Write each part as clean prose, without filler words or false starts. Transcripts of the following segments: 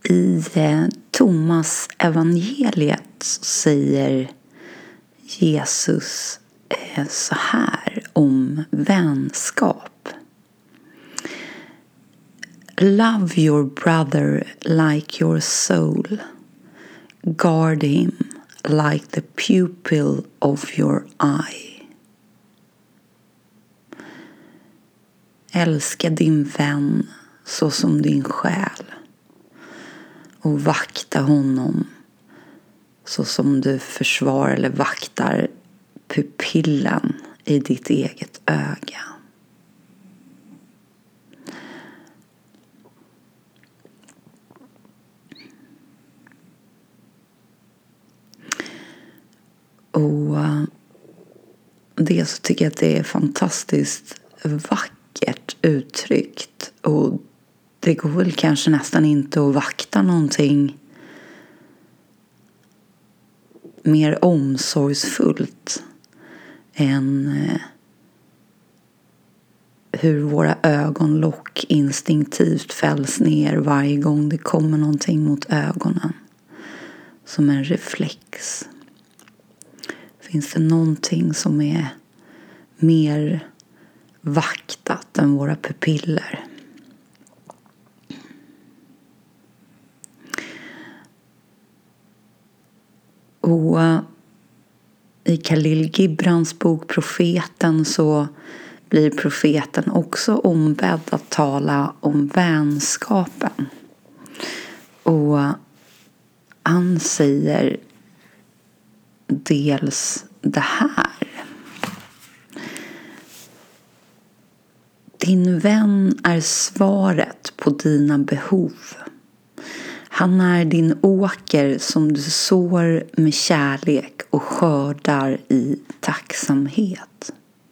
I Thomas evangeliet säger Jesus så här om vänskap. Love your brother like your soul. Guard him like the pupil of your eye. Älska din vän så som din själ. Och vakta honom så som du försvarar eller vaktar pupillen i ditt eget öga. Och det så tycker jag att det är fantastiskt vackert uttryckt. Och det går väl kanske nästan inte att vakta någonting mer omsorgsfullt än hur våra ögonlock instinktivt fälls ner varje gång det kommer någonting mot ögonen. Som en reflex. Finns det någonting som är mer vaktat än våra pupiller? Och i Khalil Gibrans bok Profeten så blir profeten också ombedd att tala om vänskapen. Och han säger dels det här. Din vän är svaret på dina behov. Han är din åker som du sår med kärlek och skördar i tacksamhet.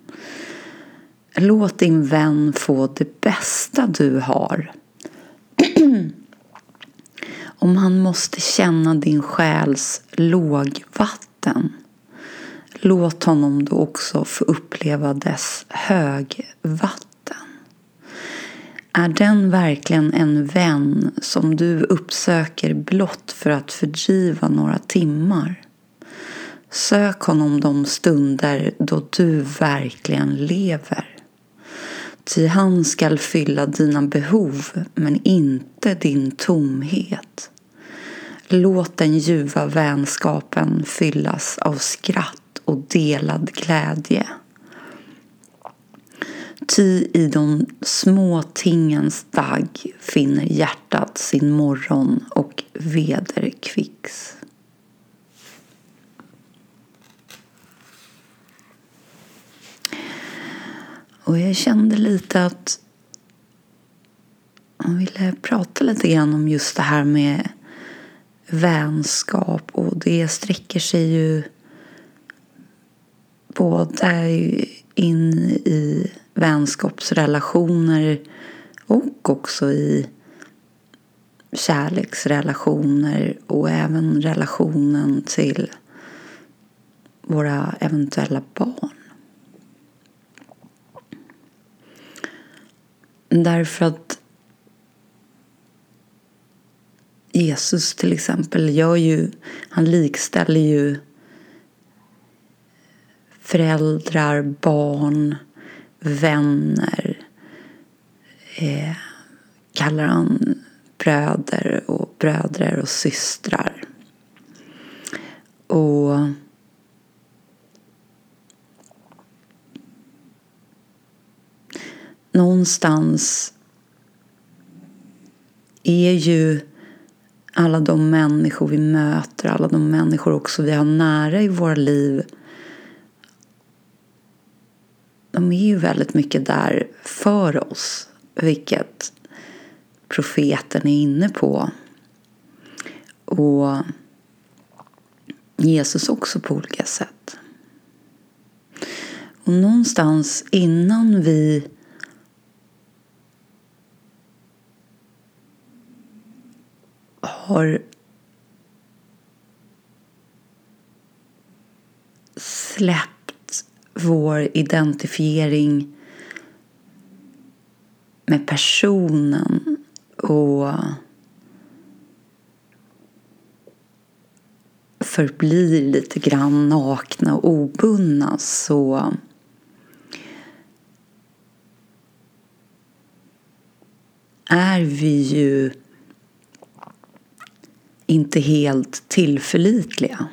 Låt din vän få det bästa du har. Om han måste känna din själs lågvatten, låt honom då också få uppleva dess högvatten. Är den verkligen en vän som du uppsöker blott för att fördriva några timmar? Sök honom de stunder då du verkligen lever. Ty han skall fylla dina behov men inte din tomhet. Låt den ljuva vänskapen fyllas av skratt och delad glädje. Ty i de små tingens dag finner hjärtat sin morgon och vederkvicks. Och jag kände lite att jag ville prata lite grann om just det här med vänskap. Och det sträcker sig ju både in i vänskapsrelationer och också i kärleksrelationer och även relationen till våra eventuella barn. Därför att Jesus till exempel han likställer ju föräldrar, barn, vänner, kallar han bröder och systrar. Och någonstans är ju alla de människor vi möter, alla de människor också vi har nära i våra liv, de är ju väldigt mycket där för oss, vilket profeten är inne på. Och Jesus också på olika sätt. Och någonstans innan vi har släppt vår identifiering med personen och förblir lite grann nakna och obundna, så är vi ju inte helt tillförlitliga.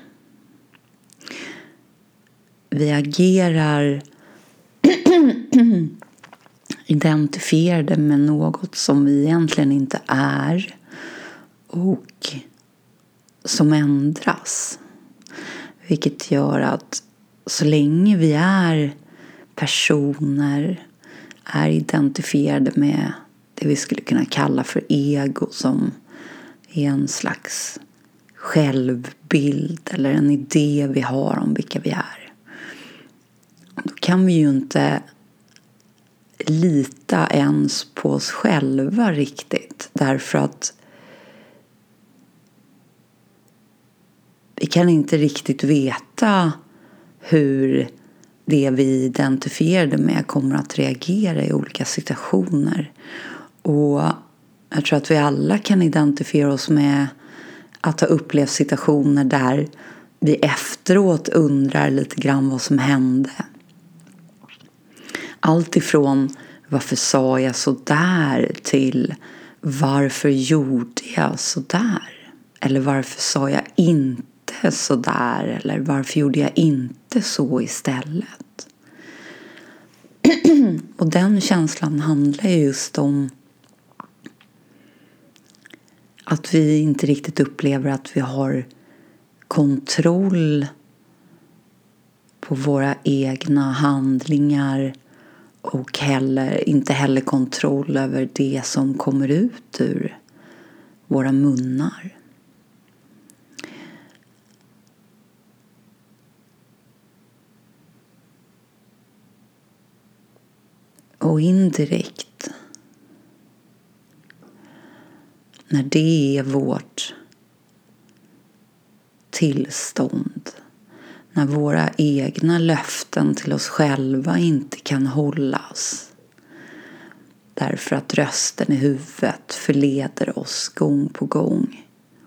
Vi agerar identifierade med något som vi egentligen inte är och som ändras. Vilket gör att så länge vi är personer, är identifierade med det vi skulle kunna kalla för ego, som är en slags självbild eller en idé vi har om vilka vi är, då kan vi ju inte lita ens på oss själva riktigt, därför att vi kan inte riktigt veta hur det vi identifierade med kommer att reagera i olika situationer. Och jag tror att vi alla kan identifiera oss med att ha upplevt situationer där vi efteråt undrar lite grann vad som hände. Allt ifrån varför sa jag så där till varför gjorde jag så där? Eller varför sa jag inte så där? Eller varför gjorde jag inte så istället? Och den känslan handlar just om att vi inte riktigt upplever att vi har kontroll på våra egna handlingar och inte heller kontroll över det som kommer ut ur våra munnar. Och indirekt, när det är vårt tillstånd, när våra egna löften till oss själva inte kan hållas därför att rösten i huvudet förleder oss gång på gång,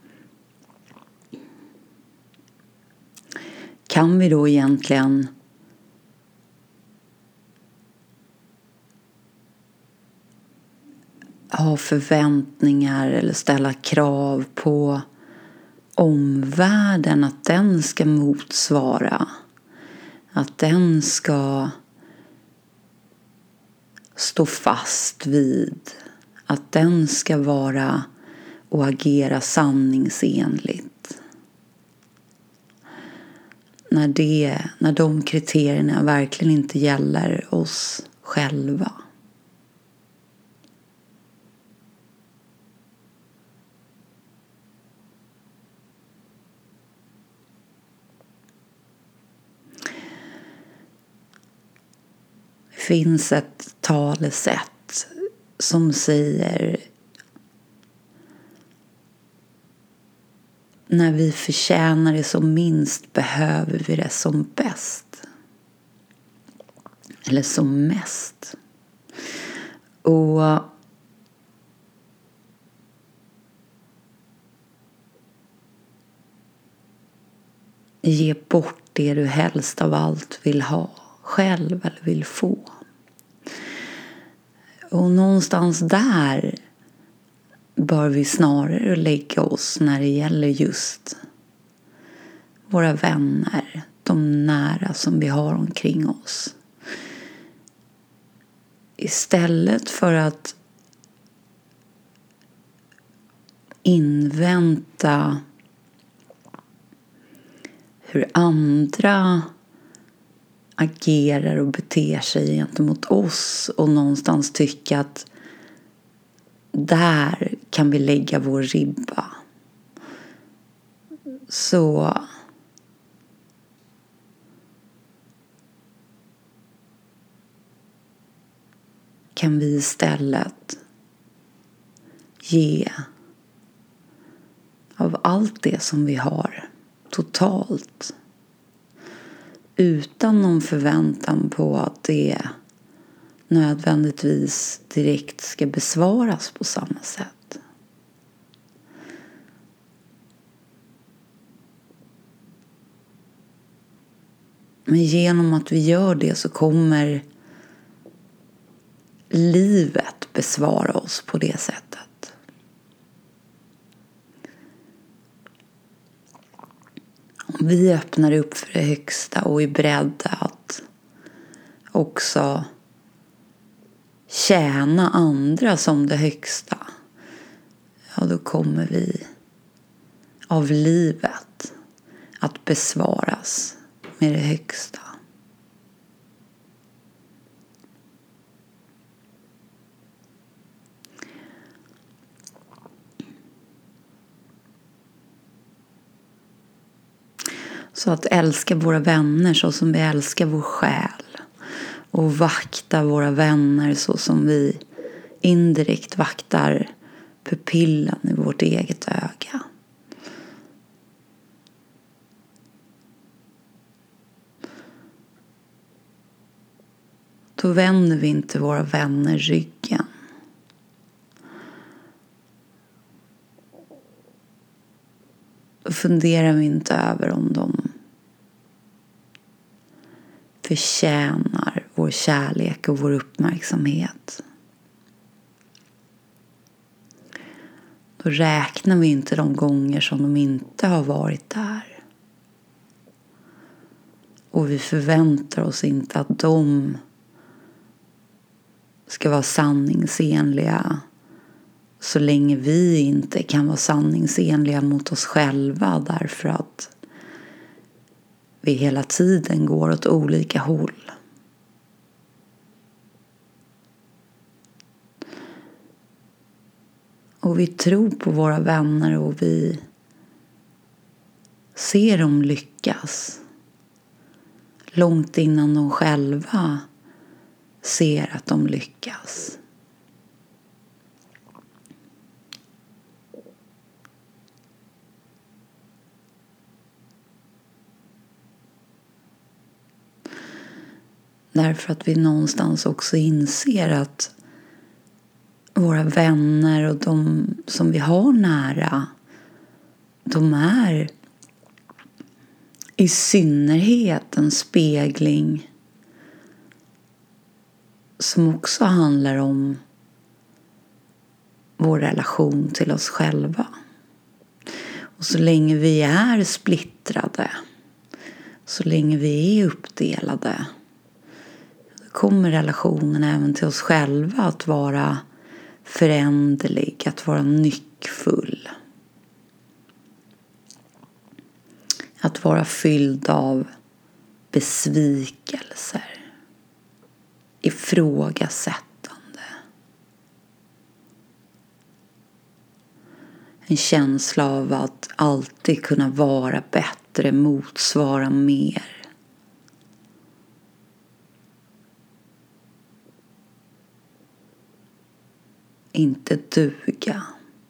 kan vi då egentligen ha förväntningar eller ställa krav på omvärlden att den ska motsvara, att den ska stå fast vid, att den ska vara och agera sanningsenligt? När de kriterierna verkligen inte gäller oss själva. Det finns ett talesätt som säger: när vi förtjänar det som minst behöver vi det som bäst. Eller som mest. Och ge bort det du helst av allt vill ha själv eller vill få. Och någonstans där bör vi snarare lägga oss när det gäller just våra vänner, de nära som vi har omkring oss. Istället för att invänta hur andra agerar och beter sig gentemot oss och någonstans tycka att där kan vi lägga vår ribba, så kan vi istället ge av allt det som vi har totalt, utan någon förväntan på att det nödvändigtvis direkt ska besvaras på samma sätt. Men genom att vi gör det så kommer livet besvara oss på det sättet. Om vi öppnar upp för det högsta och är beredda att också tjäna andra som det högsta, ja, då kommer vi av livet att besvaras med det högsta. Så att älska våra vänner så som vi älskar vår själ. Och vakta våra vänner så som vi indirekt vaktar pupillen i vårt eget öga. Då vänder vi inte våra vänner ryggen. Då funderar vi inte över om de förtjänar vår kärlek och vår uppmärksamhet. Då räknar vi inte de gånger som de inte har varit där. Och vi förväntar oss inte att de ska vara sanningsenliga så länge vi inte kan vara sanningsenliga mot oss själva, därför att vi hela tiden går åt olika håll. Och vi tror på våra vänner och vi ser dem lyckas långt innan de själva ser att de lyckas. Därför att vi någonstans också inser att våra vänner och de som vi har nära, de är i synnerhet en spegling som också handlar om vår relation till oss själva. Och så länge vi är splittrade, så länge vi är uppdelade, kommer relationen även till oss själva att vara föränderlig, att vara nyckfull. Att vara fylld av besvikelser, ifrågasättande. En känsla av att alltid kunna vara bättre, motsvara mer. Inte duga.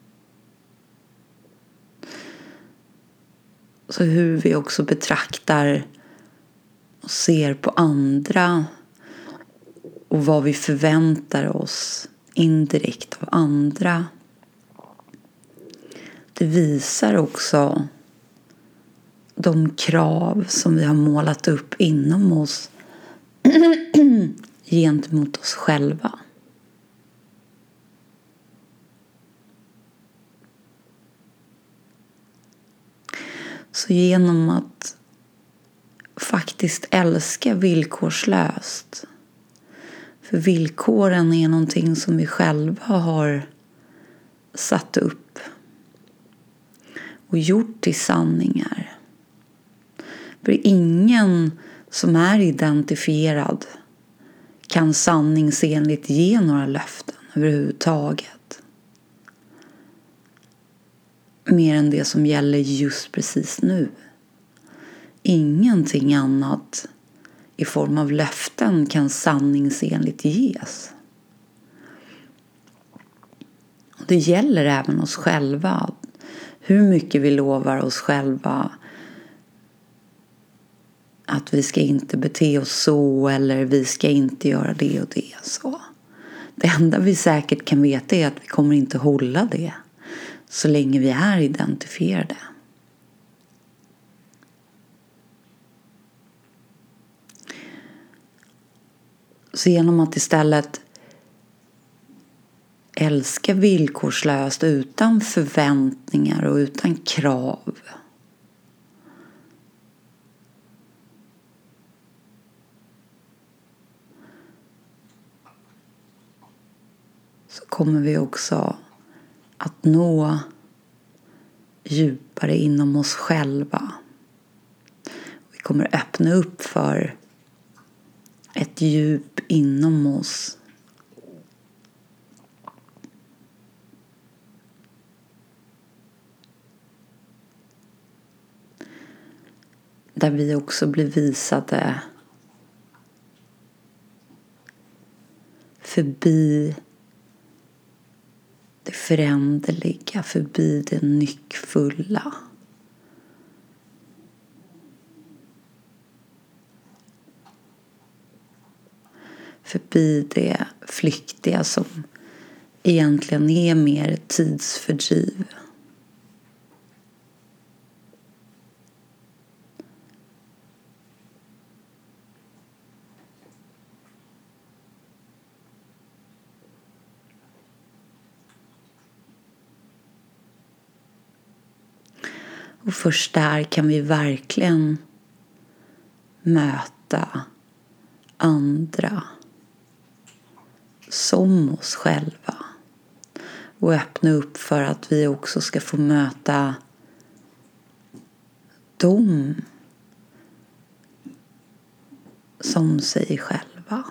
Så hur vi också betraktar och ser på andra och vad vi förväntar oss indirekt av andra. Det visar också de krav som vi har målat upp inom oss gentemot oss själva. Så genom att faktiskt älska villkorslöst. För villkoren är någonting som vi själva har satt upp och gjort till sanningar. För ingen som är identifierad kan sanningsenligt ge några löften överhuvudtaget. Mer än det som gäller just precis nu. Ingenting annat i form av löften kan sanningsenligt ges. Och det gäller även oss själva. Hur mycket vi lovar oss själva att vi ska inte bete oss så, eller vi ska inte göra det och det så. Det enda vi säkert kan veta är att vi kommer inte hålla det så länge vi är identifierade. Så genom att istället älska villkorslöst utan förväntningar och utan krav, så kommer vi också att nå djupare inom oss själva. Vi kommer öppna upp för ett djup inom oss. Där vi också blir visade förbi det föränderliga, förbi det nyckfulla. Förbi det flyktiga som egentligen är mer tidsfördriv. Och först där kan vi verkligen möta andra som oss själva. Och öppna upp för att vi också ska få möta dem som sig själva.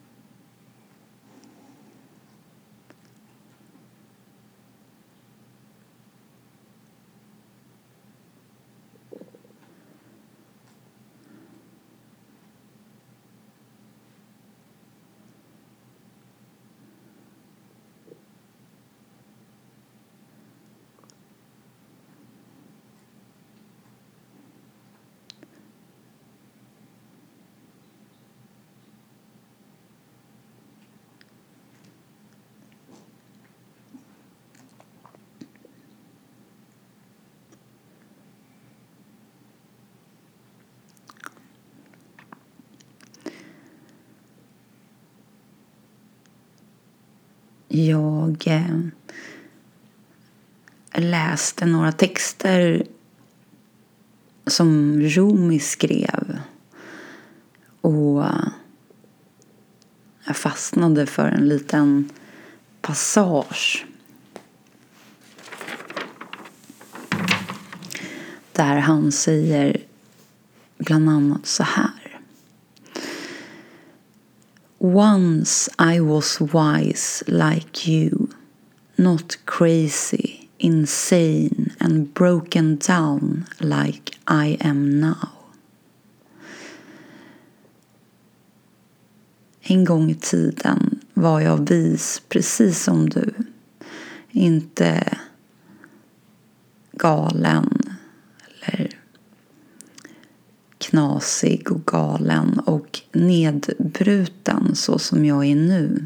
Jag läste några texter som Rumi skrev. Och jag fastnade för en liten passage. Där han säger bland annat så här. Once I was wise like you, not crazy, insane and broken down like I am now. En gång i tiden var jag vis precis som du. Inte galen eller knasig och galen och nedbruten så som jag är nu.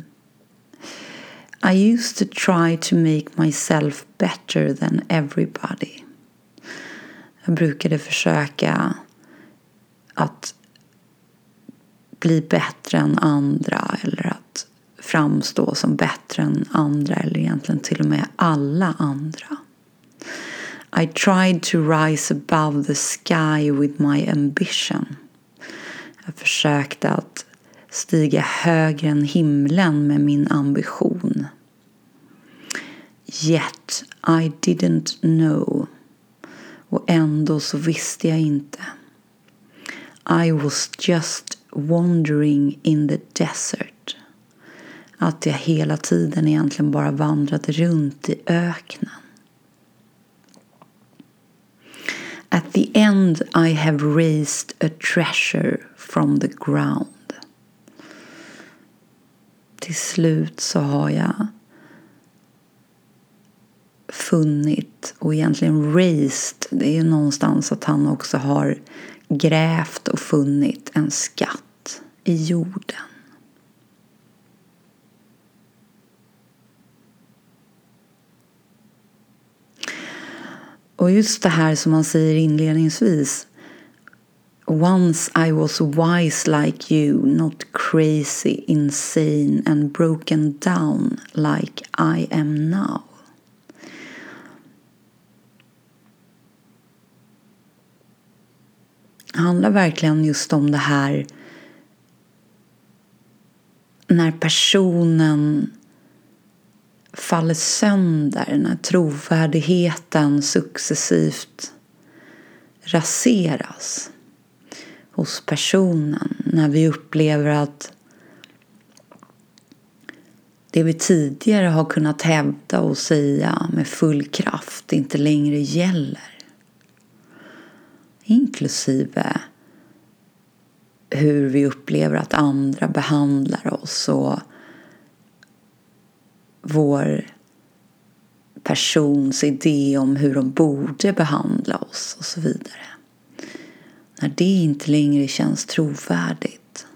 I used to try to make myself better than everybody. Jag brukade försöka att bli bättre än andra eller att framstå som bättre än andra eller egentligen till och med alla andra. I tried to rise above the sky with my ambition. Jag försökte att stiga högre än himlen med min ambition. Yet I didn't know. Och ändå så visste jag inte. I was just wandering in the desert. Att jag hela tiden egentligen bara vandrade runt i öknen. At the end I have raised a treasure from the ground. Till slut så har jag funnit och egentligen raised. Det är någonstans att han också har grävt och funnit en skatt i jorden. Och just det här som man säger inledningsvis. Once I was wise like you, not crazy, insane and broken down like I am now. Det handlar verkligen just om det här när personen faller sönder, när trovärdigheten successivt raseras hos personen, när vi upplever att det vi tidigare har kunnat hävda och säga med full kraft inte längre gäller. Inklusive hur vi upplever att andra behandlar oss och vår persons idé om hur de borde behandla oss och så vidare. När det inte längre känns trovärdigt.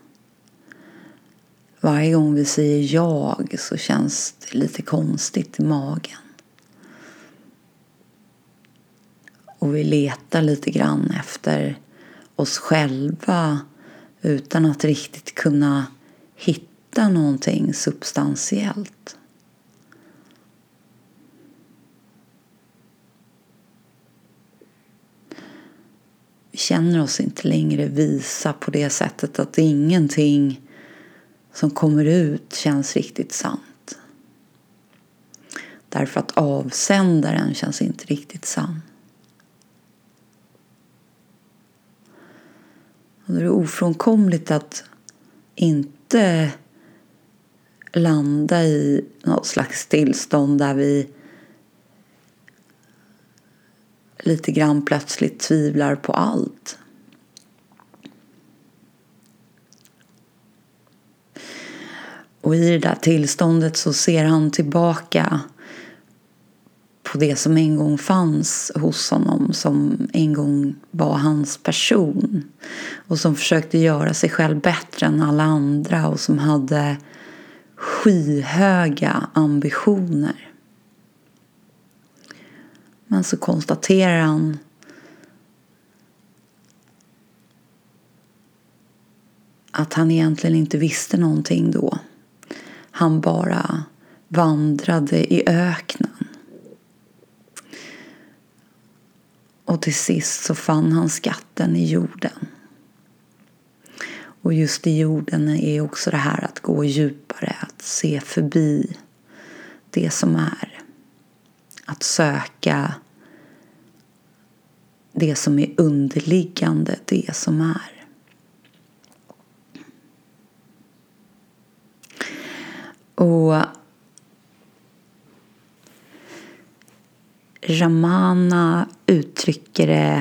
Varje gång vi säger jag så känns det lite konstigt i magen. Och vi letar lite grann efter oss själva utan att riktigt kunna hitta någonting substantiellt. Vi känner oss inte längre visa på det sättet att ingenting som kommer ut känns riktigt sant. Därför att avsändaren känns inte riktigt sann. Och det är ofrånkomligt att inte landa i något slags tillstånd där vi lite grann plötsligt tvivlar på allt. Och i det där tillståndet så ser han tillbaka på det som en gång fanns hos honom, som en gång var hans person och som försökte göra sig själv bättre än alla andra och som hade skyhöga ambitioner. Men så konstaterar han att han egentligen inte visste någonting då. Han bara vandrade i öknen. Och till sist så fann han skatten i jorden. Och just i jorden är också det här att gå djupare, att se förbi det som är. Att söka det som är underliggande, det som är. Och Ramana uttrycker det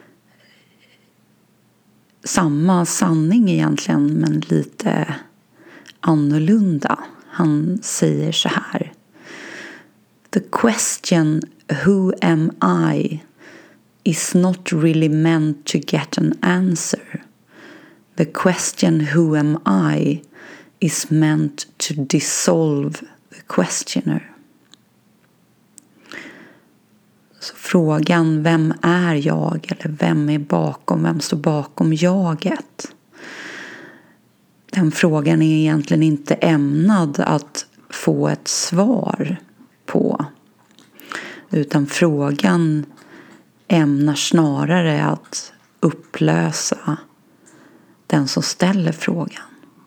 samma sanning egentligen, men lite annorlunda. Han säger så här: The question who am I is not really meant to get an answer. The question who am I is meant to dissolve the questioner. Så frågan vem är jag, eller vem står bakom jaget? Den frågan är egentligen inte ämnad att få ett svar på. Utan frågan ämnar snarare att upplösa den som ställer frågan.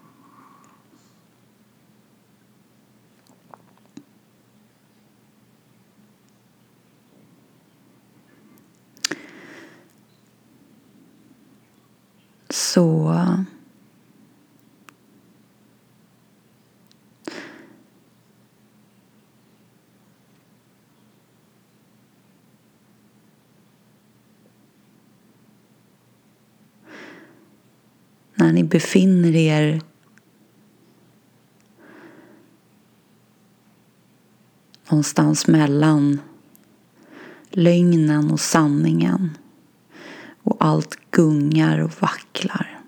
Så när ni befinner er någonstans mellan lögnen och sanningen och allt gungar och vacklar,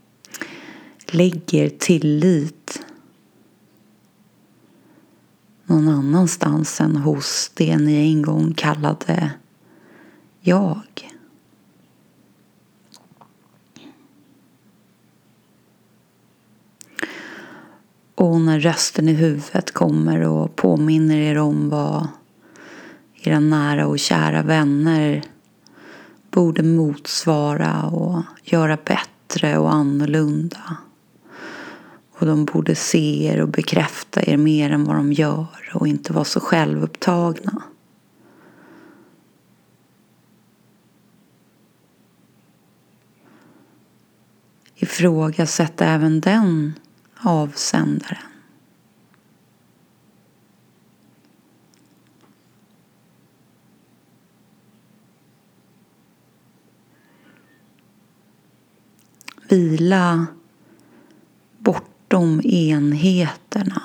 lägg er tillit någon annanstans än hos det ni en gång kallade jag. Och när rösten i huvudet kommer och påminner er om vad era nära och kära vänner borde motsvara och göra bättre och annorlunda. Och de borde se er och bekräfta er mer än vad de gör och inte vara så självupptagna. Ifrågasätt även den avsändaren. Vila bortom enheterna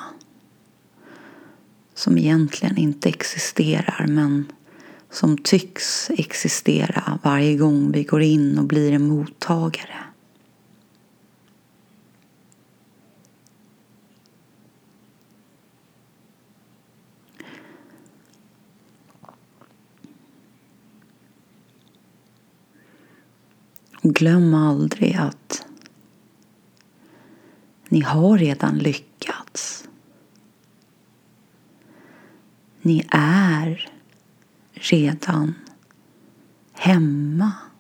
som egentligen inte existerar men som tycks existera varje gång vi går in och blir en mottagare. Och glöm aldrig att ni har redan lyckats. Ni är redan hemma.